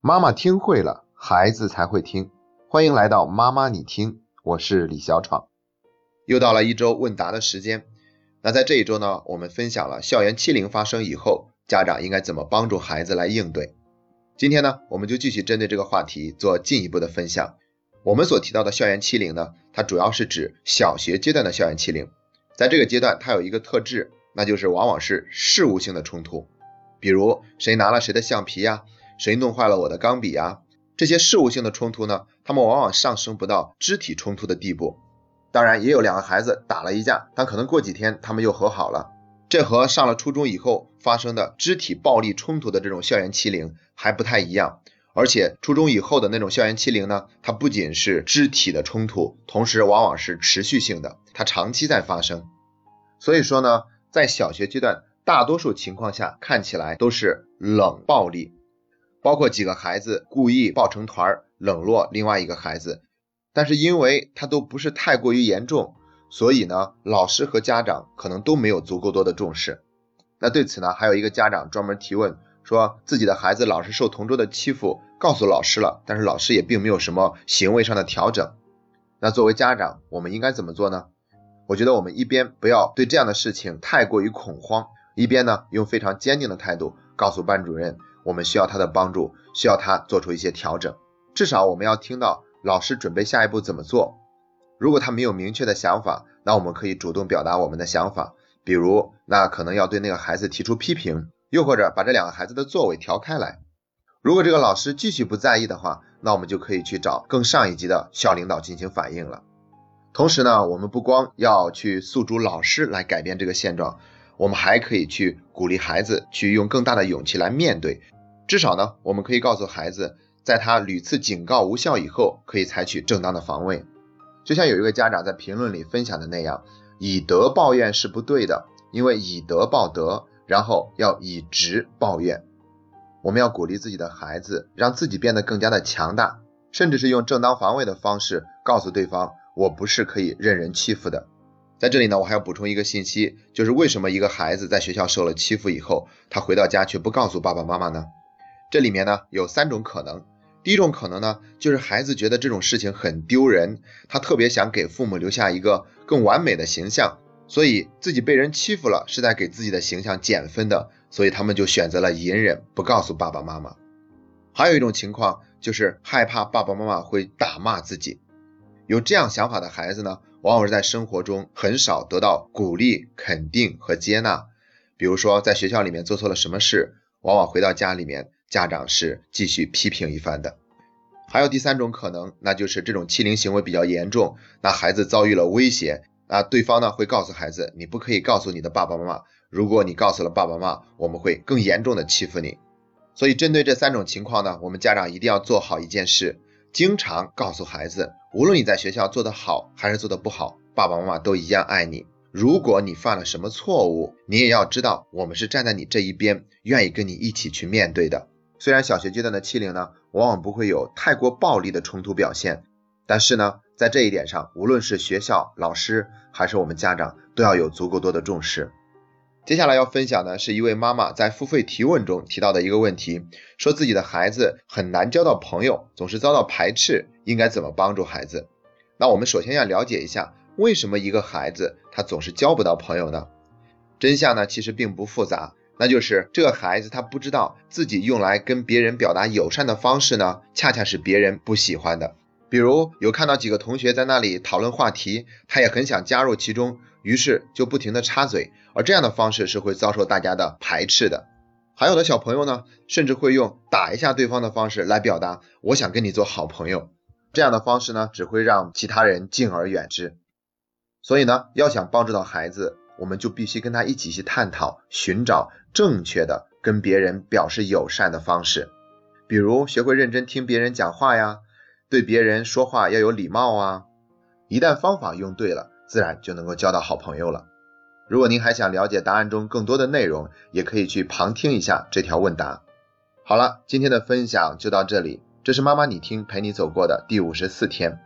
妈妈听会了，孩子才会听。欢迎来到妈妈你听，我是李小闯。又到了一周问答的时间。那在这一周呢，我们分享了校园欺凌发生以后，家长应该怎么帮助孩子来应对。今天呢，我们就继续针对这个话题做进一步的分享。我们所提到的校园欺凌呢，它主要是指小学阶段的校园欺凌。在这个阶段，它有一个特质，那就是往往是事务性的冲突，比如谁拿了谁的橡皮呀，谁弄坏了我的钢笔啊，这些事务性的冲突呢，他们往往上升不到肢体冲突的地步。当然也有两个孩子打了一架，但可能过几天他们又和好了。这和上了初中以后发生的肢体暴力冲突的这种校园欺凌还不太一样。而且初中以后的那种校园欺凌呢，它不仅是肢体的冲突，同时往往是持续性的，它长期在发生。所以说呢，在小学阶段大多数情况下看起来都是冷暴力，包括几个孩子故意抱成团冷落另外一个孩子，但是因为它都不是太过于严重，所以呢，老师和家长可能都没有足够多的重视。那对此呢，还有一个家长专门提问，说自己的孩子老是受同桌的欺负，告诉老师了，但是老师也并没有什么行为上的调整。那作为家长，我们应该怎么做呢？我觉得我们一边不要对这样的事情太过于恐慌，一边呢，用非常坚定的态度告诉班主任，我们需要他的帮助，需要他做出一些调整。至少我们要听到老师准备下一步怎么做。如果他没有明确的想法，那我们可以主动表达我们的想法，比如那可能要对那个孩子提出批评，又或者把这两个孩子的座位调开来。如果这个老师继续不在意的话，那我们就可以去找更上一级的校领导进行反映了。同时呢，我们不光要去诉诸老师来改变这个现状，我们还可以去鼓励孩子去用更大的勇气来面对。至少呢，我们可以告诉孩子，在他屡次警告无效以后，可以采取正当的防卫。就像有一个家长在评论里分享的那样，以德报怨是不对的，因为以德报德，然后要以直报怨。我们要鼓励自己的孩子，让自己变得更加的强大，甚至是用正当防卫的方式告诉对方，我不是可以任人欺负的。在这里呢，我还要补充一个信息，就是为什么一个孩子在学校受了欺负以后，他回到家却不告诉爸爸妈妈呢？这里面呢有3种可能。第一种可能呢，就是孩子觉得这种事情很丢人，他特别想给父母留下一个更完美的形象，所以自己被人欺负了是在给自己的形象减分的，所以他们就选择了隐忍，不告诉爸爸妈妈。还有一种情况就是害怕爸爸妈妈会打骂自己。有这样想法的孩子呢，往往是在生活中很少得到鼓励、肯定和接纳。比如说在学校里面做错了什么事，往往回到家里面，家长是继续批评一番的。还有第3种可能，那就是这种欺凌行为比较严重，那孩子遭遇了威胁，那对方呢会告诉孩子，你不可以告诉你的爸爸妈妈，如果你告诉了爸爸妈妈，我们会更严重的欺负你。所以针对这3种情况呢，我们家长一定要做好一件事，经常告诉孩子，无论你在学校做得好还是做得不好，爸爸妈妈都一样爱你。如果你犯了什么错误，你也要知道我们是站在你这一边，愿意跟你一起去面对的。虽然小学阶段的欺凌呢，往往不会有太过暴力的冲突表现，但是呢，在这一点上，无论是学校、老师还是我们家长，都要有足够多的重视。接下来要分享的是一位妈妈在付费提问中提到的一个问题，说自己的孩子很难交到朋友，总是遭到排斥，应该怎么帮助孩子？那我们首先要了解一下，为什么一个孩子他总是交不到朋友呢？真相呢其实并不复杂，那就是这个孩子他不知道自己用来跟别人表达友善的方式呢，恰恰是别人不喜欢的。比如有看到几个同学在那里讨论话题，他也很想加入其中，于是就不停地插嘴，而这样的方式是会遭受大家的排斥的。还有的小朋友呢，甚至会用打一下对方的方式来表达我想跟你做好朋友，这样的方式呢，只会让其他人敬而远之。所以呢，要想帮助到孩子，我们就必须跟他一起去探讨，寻找正确的跟别人表示友善的方式。比如学会认真听别人讲话呀，对别人说话要有礼貌啊。一旦方法用对了，自然就能够交到好朋友了。如果您还想了解答案中更多的内容，也可以去旁听一下这条问答。好了，今天的分享就到这里，这是妈妈你听陪你走过的第54天。